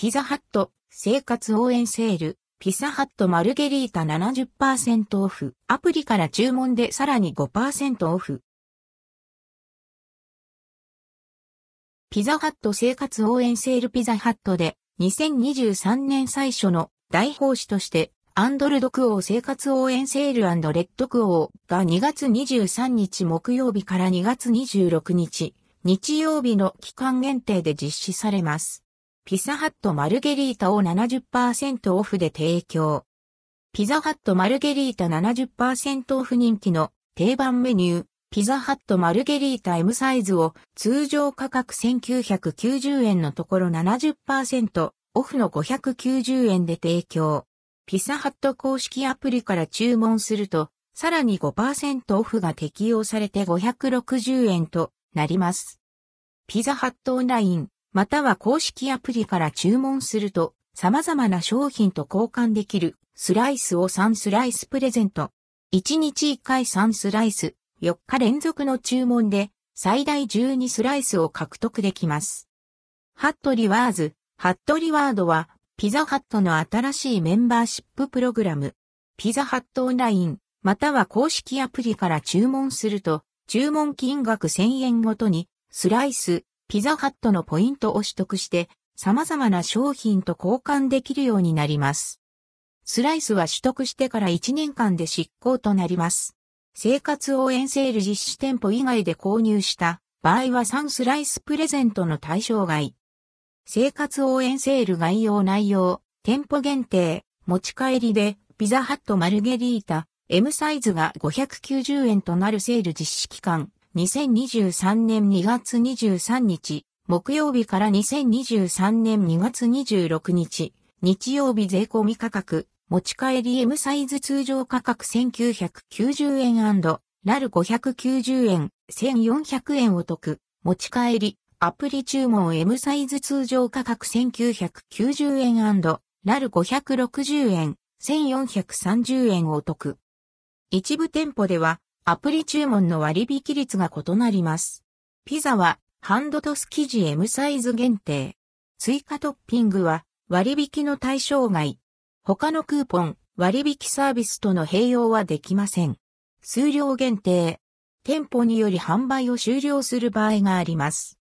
ピザハット、生活応援セール、ピザハットマルゲリータ 70% オフ。アプリから注文でさらに 5% オフ。ピザハット生活応援セールピザハットで2023年最初の大奉仕としてアンドルドクオー生活応援セール&レッドクオーが2月23日木曜日から2月26日日曜日の期間限定で実施されます。ピザハットマルゲリータを 70% オフで提供。ピザハットマルゲリータ 70% オフ人気の定番メニュー。ピザハットマルゲリータ M サイズを通常価格1990円のところ 70% オフの590円で提供。ピザハット公式アプリから注文すると、さらに 5% オフが適用されて560円となります。ピザハットオンライン、または公式アプリから注文すると、様々な商品と交換できるスライスを3スライスプレゼント。1日1回3スライス。4日連続の注文で最大12スライスを獲得できます。ハットリワーズ、ハットリワードはピザハットの新しいメンバーシッププログラム。ピザハットオンライン、または公式アプリから注文すると注文金額1000円ごとにスライス、ピザハットのポイントを取得して様々な商品と交換できるようになります。スライスは取得してから1年間で失効となります。生活応援セール実施店舗以外で購入した場合は3スライスプレゼントの対象外。生活応援セール概要内容、店舗限定、持ち帰りでピザハットマルゲリータ M サイズが590円となるセール実施期間、2023年2月23日、木曜日から2023年2月26日、日曜日税込み価格。持ち帰り M サイズ通常価格1990円&ラル590円、1400円お得。持ち帰り、アプリ注文 M サイズ通常価格1990円&ラル560円、1430円お得。一部店舗では、アプリ注文の割引率が異なります。ピザは、ハンドトス生地 M サイズ限定。追加トッピングは、割引の対象外。他のクーポン、割引サービスとの併用はできません。数量限定。店舗により販売を終了する場合があります。